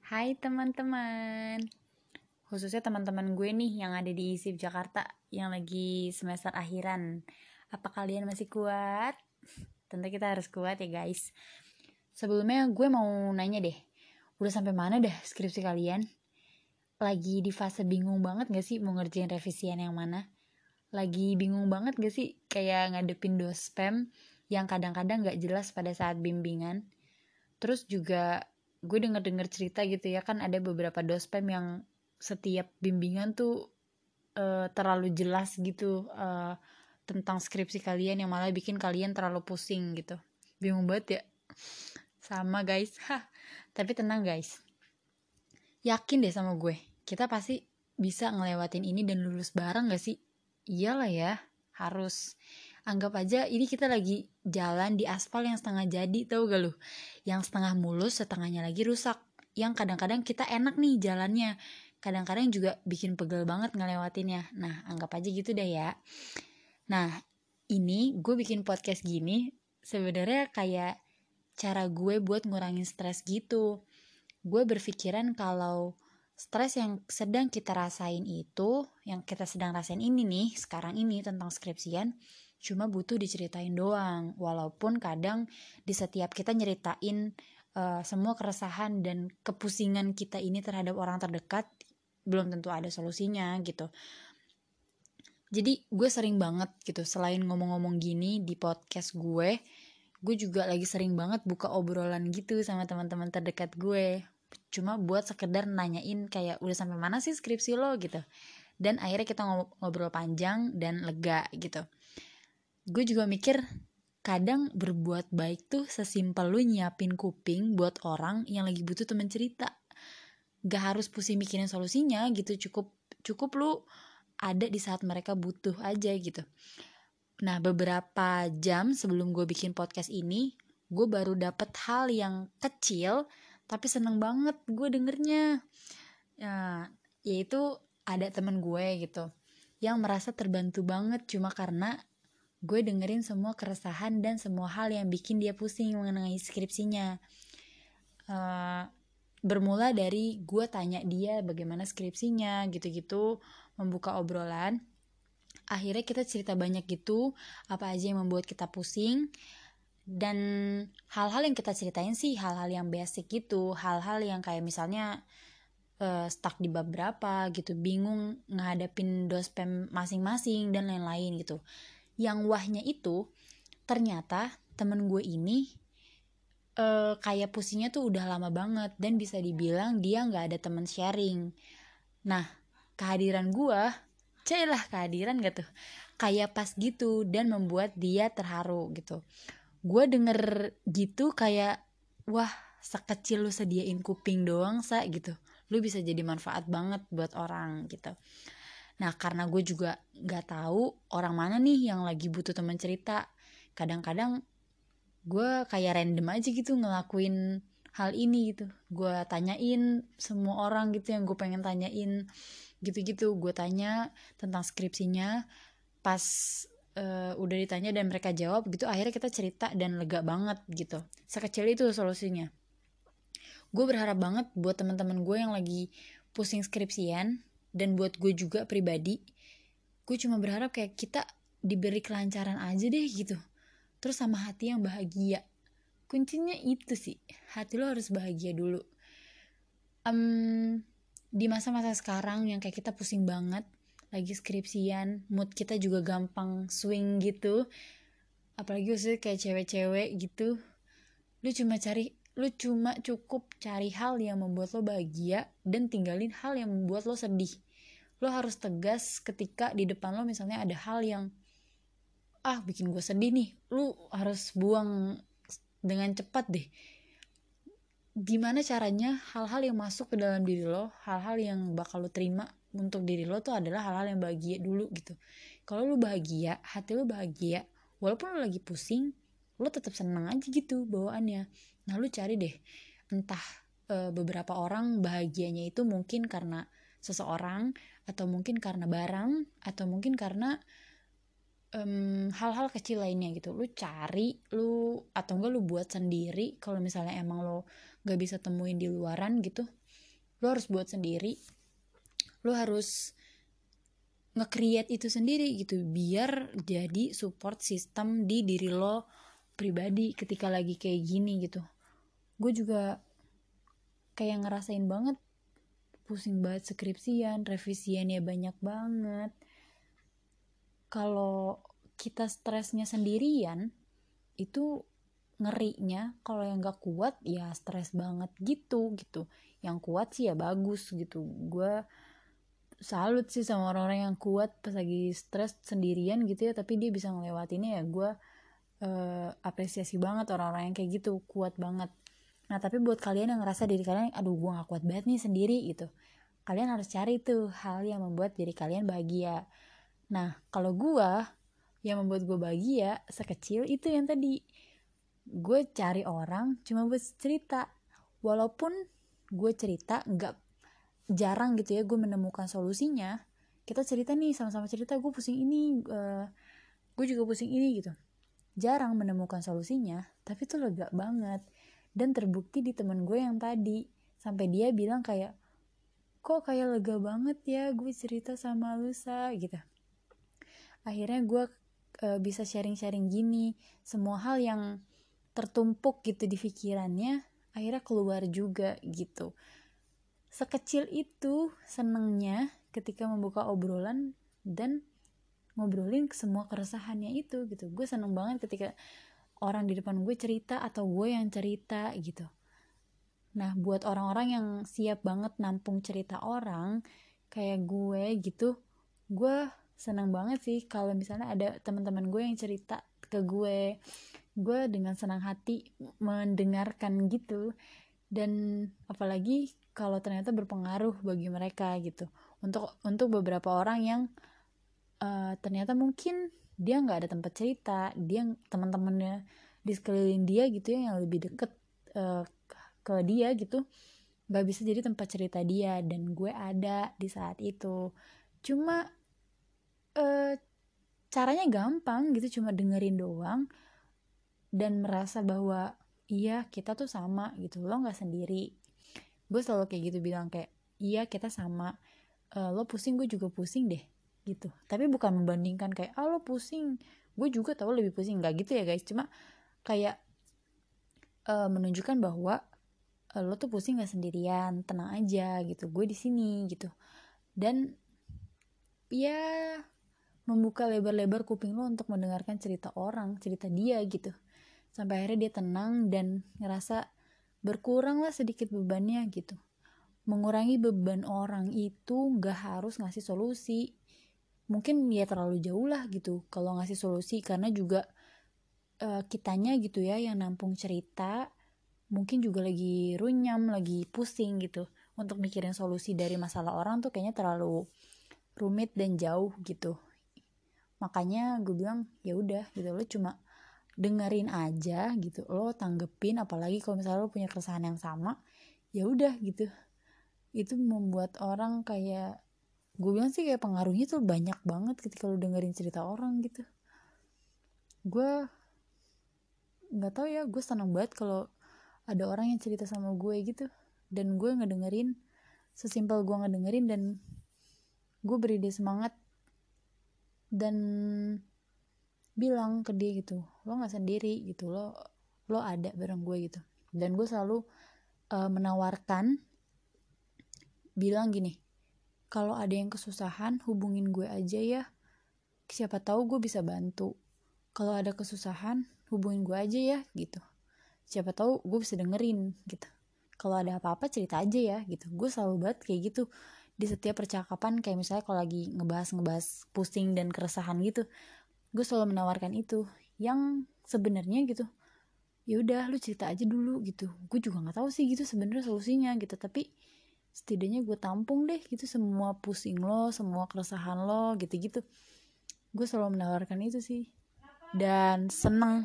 Hai teman-teman, khususnya teman-teman gue nih yang ada di ISIP Jakarta yang lagi semester akhiran. Apa kalian masih kuat? Tentu kita harus kuat ya guys. Sebelumnya gue mau nanya deh, udah sampai mana dah skripsi kalian? Lagi di fase bingung banget gak sih mau ngerjain revisian yang mana? Lagi bingung banget gak sih kayak ngadepin dospem yang kadang-kadang gak jelas pada saat bimbingan? Terus juga gue denger cerita gitu ya, kan ada beberapa dospem yang setiap bimbingan tuh terlalu jelas gitu tentang skripsi kalian, yang malah bikin kalian terlalu pusing gitu. Bingung banget ya. Sama guys. Tapi tenang guys, yakin deh sama gue, kita pasti bisa ngelewatin ini dan lulus bareng gak sih? Iyalah ya, harus. Anggap aja ini kita lagi jalan di aspal yang setengah jadi, tau gak lu? Yang setengah mulus, setengahnya lagi rusak. Yang kadang-kadang kita enak nih jalannya, kadang-kadang juga bikin pegel banget ngelewatinnya. Nah, anggap aja gitu deh ya. Nah, ini gue bikin podcast gini sebenarnya kayak cara gue buat ngurangin stres gitu. Gue berpikiran kalau stres yang sedang kita rasain itu, yang kita sedang rasain ini nih, sekarang ini tentang skripsian, cuma butuh diceritain doang. Walaupun kadang di setiap kita nyeritain semua keresahan dan kepusingan kita ini terhadap orang terdekat, belum tentu ada solusinya gitu. Jadi gue sering banget gitu, selain ngomong-ngomong gini di podcast gue juga lagi sering banget buka obrolan gitu sama teman-teman terdekat gue. Cuma buat sekedar nanyain kayak udah sampai mana sih skripsi lo gitu. Dan akhirnya kita ngobrol panjang dan lega gitu. Gue juga mikir kadang berbuat baik tuh sesimpel lu nyiapin kuping buat orang yang lagi butuh temen cerita. Gak harus pusing mikirin solusinya gitu, cukup lu ada di saat mereka butuh aja gitu. Nah, beberapa jam sebelum gue bikin podcast ini, gue baru dapet hal yang kecil tapi seneng banget gue dengernya. Nah, yaitu ada temen gue gitu yang merasa terbantu banget cuma karena gue dengerin semua keresahan dan semua hal yang bikin dia pusing mengenai skripsinya. Bermula dari gue tanya dia bagaimana skripsinya gitu-gitu, membuka obrolan. Akhirnya kita cerita banyak gitu, apa aja yang membuat kita pusing. Dan hal-hal yang kita ceritain sih hal-hal yang basic gitu, hal-hal yang kayak misalnya stuck di bab berapa gitu, bingung ngehadapin dospem masing-masing dan lain-lain gitu. Yang wahnya itu ternyata temen gue ini kayak pusingnya tuh udah lama banget dan bisa dibilang dia nggak ada teman sharing. Nah, kehadiran gue, kehadiran gak tuh, kayak pas gitu dan membuat dia terharu gitu. Gue denger gitu kayak wah, sekecil lu sediain kuping doang gitu, lu bisa jadi manfaat banget buat orang gitu. Nah, karena gue juga gak tahu orang mana nih yang lagi butuh teman cerita, kadang-kadang gue kayak random aja gitu ngelakuin hal ini gitu. Gue tanyain semua orang gitu yang gue pengen tanyain gitu-gitu. Gue tanya tentang skripsinya, pas udah ditanya dan mereka jawab gitu, akhirnya kita cerita dan lega banget gitu. Sekecil itu solusinya. Gue berharap banget buat teman-teman gue yang lagi pusing skripsian, dan buat gue juga pribadi, gue cuma berharap kayak kita diberi kelancaran aja deh gitu, terus sama hati yang bahagia. Kuncinya itu sih, hati lo harus bahagia dulu. Di masa-masa sekarang yang kayak kita pusing banget, lagi skripsian, mood kita juga gampang swing gitu, apalagi usia kayak cewek-cewek gitu. Lu cuma cukup cari hal yang membuat lo bahagia dan tinggalin hal yang membuat lo sedih. Lo harus tegas ketika di depan lo misalnya ada hal yang bikin gue sedih nih, lu harus buang dengan cepat deh. Gimana caranya hal-hal yang masuk ke dalam diri lo, hal-hal yang bakal lo terima untuk diri lo tuh adalah hal-hal yang bahagia dulu gitu. Kalau lo bahagia, hati lo bahagia, walaupun lo lagi pusing, lo tetap senang aja gitu bawaannya. Nah, lo cari deh, entah beberapa orang bahagianya itu mungkin karena seseorang, atau mungkin karena barang, atau mungkin karena hal-hal kecil lainnya gitu. Lu cari, atau enggak lu buat sendiri kalau misalnya emang lo gak bisa temuin di luaran gitu. lo harus buat sendiri, lo harus nge-create itu sendiri gitu, biar jadi support system di diri lo pribadi ketika lagi kayak gini gitu. Gue juga kayak ngerasain banget, pusing banget skripsian, revisiannya banyak banget. Kalau kita stresnya sendirian, itu ngerinya kalau yang gak kuat ya stres banget gitu. Yang kuat sih ya bagus gitu. Gue salut sih sama orang-orang yang kuat pas lagi stres sendirian gitu ya, tapi dia bisa ngelewatinnya ya. Gue apresiasi banget orang-orang yang kayak gitu, kuat banget. Nah tapi buat kalian yang ngerasa diri kalian, aduh gue gak kuat banget nih sendiri gitu, kalian harus cari tuh hal yang membuat diri kalian bahagia. Nah kalau gue, yang membuat gue bahagia sekecil itu yang tadi, gue cari orang cuma buat cerita. Walaupun gue cerita nggak, jarang gitu ya gue menemukan solusinya. Kita cerita nih, sama-sama cerita, gue pusing ini, gue juga pusing ini gitu, jarang menemukan solusinya, tapi tuh lega banget. Dan terbukti di temen gue yang tadi, sampai dia bilang kayak, kok kayak lega banget ya gue cerita sama Lusa gitu. Akhirnya gue bisa sharing-sharing gini, semua hal yang tertumpuk gitu di pikirannya akhirnya keluar juga gitu. Sekecil itu senengnya ketika membuka obrolan dan ngobrolin semua keresahannya itu gitu. Gue seneng banget ketika orang di depan gue cerita atau gue yang cerita gitu. Nah buat orang-orang yang siap banget nampung cerita orang kayak gue gitu, gue seneng banget sih kalau misalnya ada teman-teman gue yang cerita ke gue dengan senang hati mendengarkan gitu. Dan apalagi kalau ternyata berpengaruh bagi mereka gitu, untuk beberapa orang yang ternyata mungkin dia nggak ada tempat cerita, dia teman-temannya di sekeliling dia gitu ya yang lebih deket ke dia gitu nggak bisa jadi tempat cerita dia, dan gue ada di saat itu. Cuma caranya gampang gitu, cuma dengerin doang dan merasa bahwa iya kita tuh sama gitu, lo nggak sendiri. Gue selalu kayak gitu bilang kayak, iya kita sama, lo pusing gue juga pusing deh gitu. Tapi bukan membandingkan kayak, lo pusing gue juga tahu lebih pusing, nggak gitu ya guys. Cuma kayak menunjukkan bahwa lo tuh pusing nggak sendirian, tenang aja gitu, gue di sini gitu. Dan ya membuka lebar-lebar kuping lo untuk mendengarkan cerita orang, cerita dia gitu, sampai akhirnya dia tenang dan ngerasa berkurang lah sedikit bebannya gitu. Mengurangi beban orang itu gak harus ngasih solusi, mungkin ya terlalu jauh lah gitu kalau ngasih solusi, karena juga kitanya gitu ya yang nampung cerita mungkin juga lagi runyam, lagi pusing gitu. Untuk mikirin solusi dari masalah orang tuh kayaknya terlalu rumit dan jauh gitu. Makanya gue bilang ya udah gitu, lo cuma dengerin aja gitu, lo tanggepin, apalagi kalau misalnya lo punya keresahan yang sama, ya udah gitu. Itu membuat orang kayak, gue bilang sih kayak pengaruhnya tuh banyak banget ketika lo dengerin cerita orang gitu. Gue nggak tahu ya, gue seneng banget kalau ada orang yang cerita sama gue gitu, dan gue ngedengerin, sesimpel gue ngedengerin dan gue beri dia semangat dan bilang ke dia gitu, lo nggak sendiri gitu, lo ada bareng gue gitu. Dan gue selalu menawarkan, bilang gini, kalau ada yang kesusahan hubungin gue aja ya, siapa tahu gue bisa bantu. Kalau ada kesusahan hubungin gue aja ya gitu, siapa tahu gue bisa dengerin gitu. Kalau ada apa-apa cerita aja ya gitu. Gue selalu banget kayak gitu di setiap percakapan, kayak misalnya kalau lagi ngebahas pusing dan keresahan gitu, gue selalu menawarkan itu, yang sebenarnya gitu ya udah lu cerita aja dulu gitu, gue juga nggak tahu sih gitu sebenarnya solusinya gitu, tapi setidaknya gue tampung deh gitu semua pusing lo, semua keresahan lo gitu-gitu. Gue selalu menawarkan itu sih dan seneng.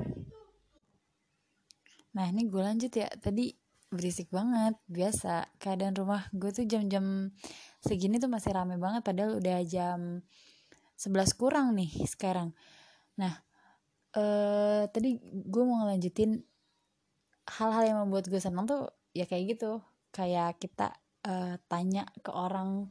Nah ini gue lanjut ya, tadi berisik banget. Biasa keadaan rumah gue tuh jam-jam segini tuh masih rame banget, padahal udah jam 11 kurang nih sekarang. Nah tadi gue mau ngelanjutin hal-hal yang membuat gue senang tuh ya kayak gitu, kayak kita tanya ke orang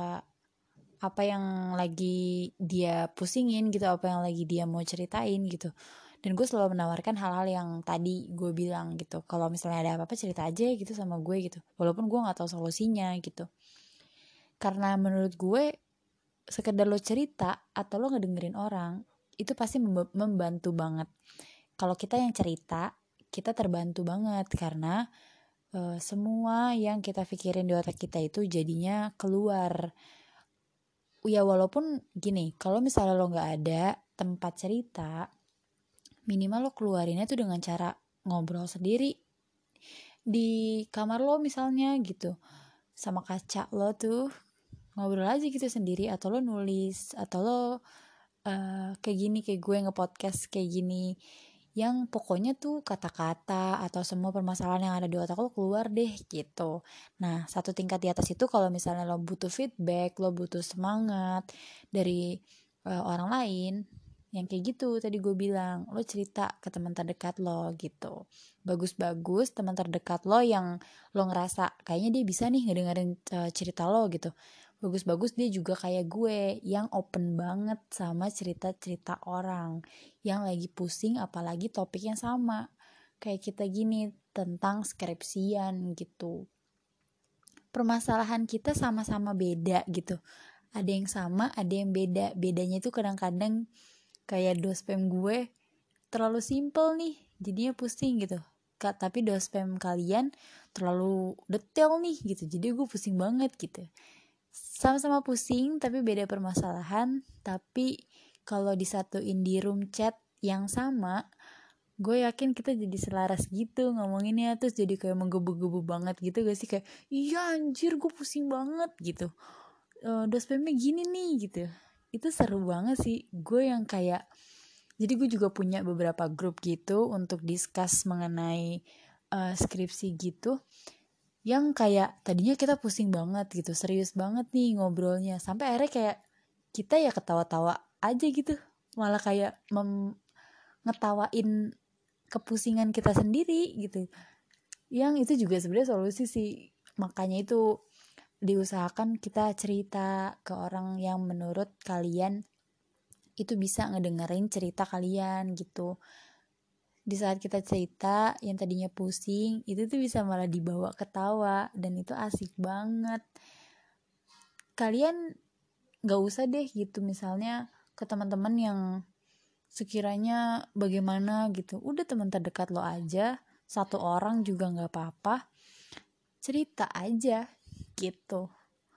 apa yang lagi dia pusingin gitu, apa yang lagi dia mau ceritain gitu. Dan gue selalu menawarkan hal-hal yang tadi gue bilang gitu, kalau misalnya ada apa-apa cerita aja gitu sama gue gitu, walaupun gue nggak tahu solusinya gitu. Karena menurut gue sekedar lo cerita atau lo ngedengerin orang itu pasti membantu banget. Kalau kita yang cerita, kita terbantu banget karena semua yang kita pikirin di otak kita itu jadinya keluar. Ya walaupun gini, kalau misalnya lo nggak ada tempat cerita, minimal lo keluarinnya tuh dengan cara ngobrol sendiri di kamar lo misalnya gitu, sama kaca lo tuh ngobrol aja gitu sendiri, atau lo nulis, atau lo kayak gini, kayak gue nge-podcast kayak gini, yang pokoknya tuh kata-kata atau semua permasalahan yang ada di otak lo keluar deh gitu. Nah, satu tingkat di atas itu kalau misalnya lo butuh feedback, lo butuh semangat dari orang lain, yang kayak gitu tadi gue bilang, lo cerita ke teman terdekat lo gitu. Bagus-bagus teman terdekat lo yang lo ngerasa kayaknya dia bisa nih ngedengerin cerita lo gitu. Bagus-bagus dia juga kayak gue yang open banget sama cerita-cerita orang yang lagi pusing, apalagi topiknya sama kayak kita gini tentang skripsian gitu. Permasalahan kita sama-sama beda gitu, ada yang sama, ada yang beda. Bedanya itu kadang-kadang kayak dospem gue terlalu simple nih, jadinya pusing gitu. Tapi dospem kalian terlalu detail nih gitu, jadi gue pusing banget gitu. Sama-sama pusing tapi beda permasalahan, tapi kalau disatuin di room chat yang sama, gue yakin kita jadi selaras gitu ngomonginnya, terus jadi kayak menggebu-gebu banget gitu gak sih, kayak iya anjir gue pusing banget gitu, dospemnya gini nih gitu. Itu seru banget sih. Gue yang kayak, jadi gue juga punya beberapa grup gitu untuk discuss mengenai skripsi gitu, yang kayak tadinya kita pusing banget gitu, serius banget nih ngobrolnya, sampai akhirnya kayak kita ya ketawa-tawa aja gitu, malah kayak ngetawain kepusingan kita sendiri gitu. Yang itu juga sebenarnya solusi sih, makanya itu diusahakan kita cerita ke orang yang menurut kalian itu bisa ngedengerin cerita kalian gitu. Di saat kita cerita yang tadinya pusing, itu tuh bisa malah dibawa ketawa, dan itu asik banget. Kalian gak usah deh gitu misalnya ke teman-teman yang sekiranya bagaimana gitu, udah teman terdekat lo aja, satu orang juga gak apa-apa, cerita aja gitu.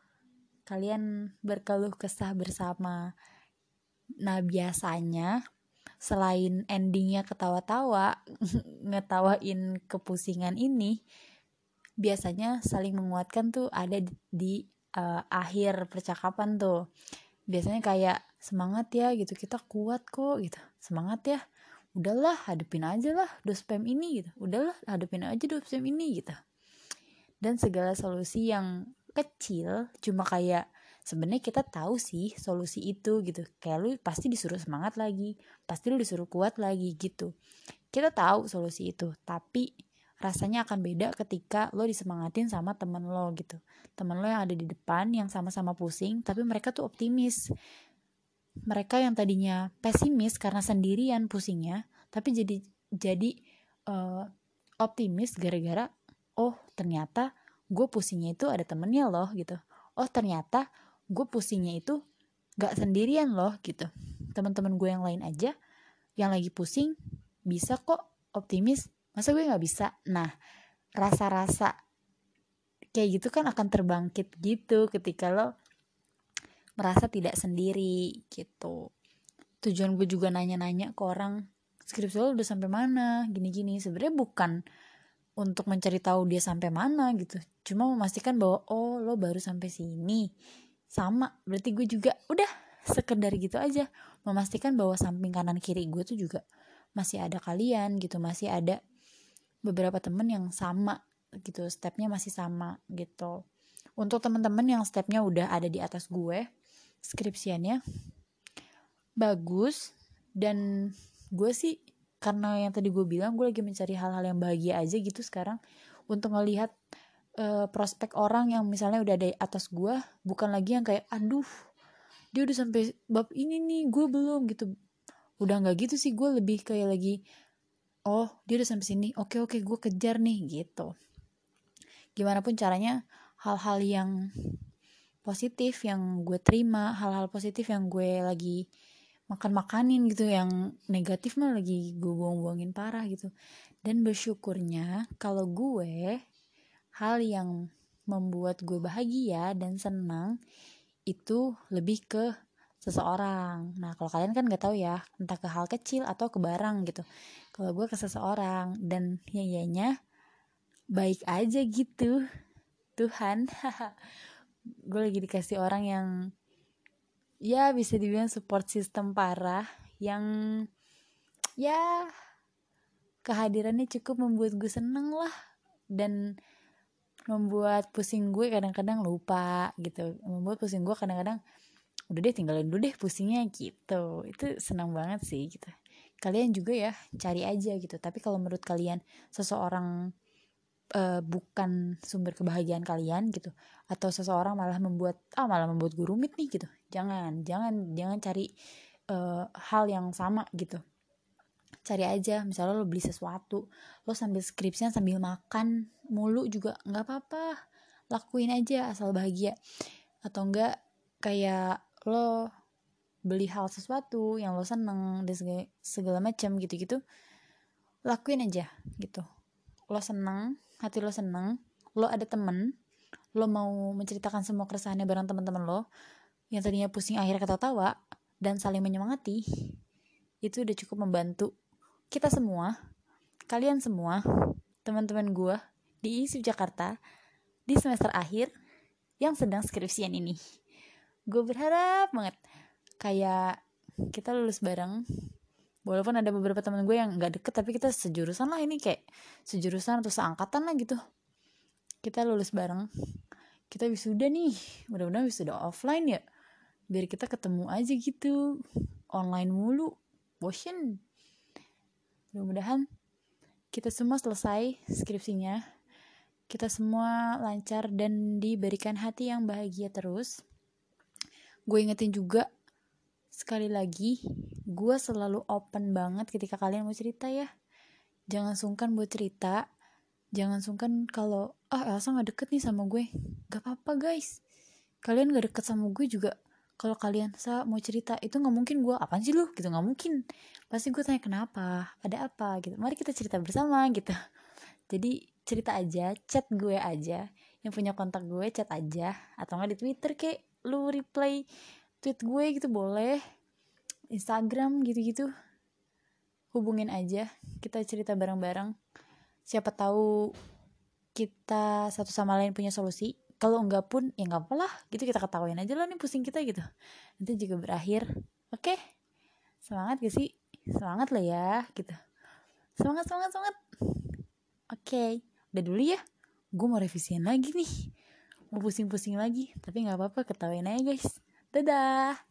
Kalian berkeluh kesah bersama. Nah biasanya selain endingnya ketawa-tawa, ngetawain kepusingan ini, biasanya saling menguatkan tuh ada di akhir percakapan tuh. Biasanya kayak semangat ya gitu, kita kuat kok gitu, semangat ya, udahlah hadepin aja lah dospem ini gitu, udahlah hadepin aja dospem ini gitu. Dan segala solusi yang kecil cuma kayak, sebenarnya kita tahu sih solusi itu gitu, kayak lu pasti disuruh semangat lagi, pasti lu disuruh kuat lagi gitu, kita tahu solusi itu, tapi rasanya akan beda ketika lo disemangatin sama temen lo gitu, temen lo yang ada di depan yang sama-sama pusing tapi mereka tuh optimis. Mereka yang tadinya pesimis karena sendirian pusingnya, tapi jadi optimis gara-gara oh ternyata gue pusingnya itu ada temennya loh gitu, oh ternyata gue pusingnya itu gak sendirian loh gitu, teman-teman gue yang lain aja yang lagi pusing bisa kok optimis, masa gue gak bisa. Nah rasa-rasa kayak gitu kan akan terbangkit gitu ketika lo merasa tidak sendiri gitu. Tujuan gue juga nanya-nanya ke orang, skripsi lo udah sampai mana gini-gini, sebenarnya bukan untuk mencari tahu dia sampai mana gitu, cuma memastikan bahwa oh lo baru sampai sini, sama berarti gue juga udah sekedar gitu aja, memastikan bahwa samping kanan kiri gue tuh juga masih ada kalian gitu, masih ada beberapa temen yang sama gitu, stepnya masih sama gitu. Untuk teman-teman yang stepnya udah ada di atas gue skripsiannya, bagus. Dan gue sih karena yang tadi gue bilang, gue lagi mencari hal-hal yang bahagia aja gitu sekarang, untuk ngelihat prospek orang yang misalnya udah ada di atas gue, bukan lagi yang kayak aduh dia udah sampai bab ini nih gue belum gitu. Udah nggak gitu sih, gue lebih kayak lagi oh dia udah sampai sini, oke gue kejar nih gitu. Gimana pun caranya, hal-hal yang positif yang gue terima, hal-hal positif yang gue lagi makan-makanin gitu, yang negatif mah lagi gue buang-buangin parah gitu. Dan bersyukurnya kalau gue, hal yang membuat gue bahagia dan senang itu lebih ke seseorang. Nah kalau kalian kan nggak tahu ya, entah ke hal kecil atau ke barang gitu. Kalau gue ke seseorang, dan yayanya baik aja gitu. Tuhan, gue lagi dikasih orang yang ya bisa dibilang support system parah, yang ya kehadirannya cukup membuat gue seneng lah, dan membuat pusing gue kadang-kadang lupa gitu, membuat pusing gue kadang-kadang udah deh tinggalin dulu deh pusingnya gitu. Itu senang banget sih gitu. Kalian juga ya cari aja gitu. Tapi kalau menurut kalian seseorang bukan sumber kebahagiaan kalian gitu, atau seseorang malah membuat gue rumit nih gitu, jangan cari hal yang sama gitu. Cari aja, misalnya lo beli sesuatu, lo sambil skripsinya sambil makan mulu juga nggak apa-apa, lakuin aja asal bahagia. Atau enggak kayak lo beli hal sesuatu yang lo seneng dan segala macam gitu-gitu, lakuin aja gitu. Lo seneng, hati lo seneng, lo ada temen, lo mau menceritakan semua keresahannya bareng teman-teman lo yang tadinya pusing akhirnya ketawa dan saling menyemangati, itu udah cukup membantu kita semua, kalian semua, teman-teman gue di ISIP Jakarta di semester akhir yang sedang skripsian ini. Gue berharap banget kayak kita lulus bareng, walaupun ada beberapa teman gue yang nggak deket tapi kita sejurusan lah, ini kayak sejurusan atau seangkatan lah gitu. Kita lulus bareng, kita wisuda nih, mudah-mudahan wisuda offline ya, biar kita ketemu aja gitu, online mulu bosen. Mudah-mudahan kita semua selesai skripsinya, kita semua lancar dan diberikan hati yang bahagia terus. Gue ingetin juga sekali lagi, gue selalu open banget ketika kalian mau cerita ya. Jangan sungkan buat cerita. Jangan sungkan kalau Elsa gak deket nih sama gue. Gak apa-apa guys, kalian gak deket sama gue juga, kalau kalian mau cerita itu gak mungkin gue apaan sih lu gitu, gak mungkin. Pasti gue tanya kenapa, ada apa gitu, mari kita cerita bersama gitu. Jadi cerita aja, chat gue aja, yang punya kontak gue chat aja, atau gak di Twitter kayak lu reply tweet gue gitu boleh, Instagram gitu-gitu, hubungin aja, kita cerita bareng-bareng. Siapa tahu kita satu sama lain punya solusi. Kalau enggak pun ya nggak apa lah gitu, kita ketawain aja lah nih pusing kita gitu, nanti juga berakhir. Oke, semangat gak sih? Semangat lah ya gitu, semangat. Oke, udah dulu ya, gue mau revisiin lagi nih, mau pusing-pusing lagi, tapi nggak apa-apa, ketawain aja guys. Dadah.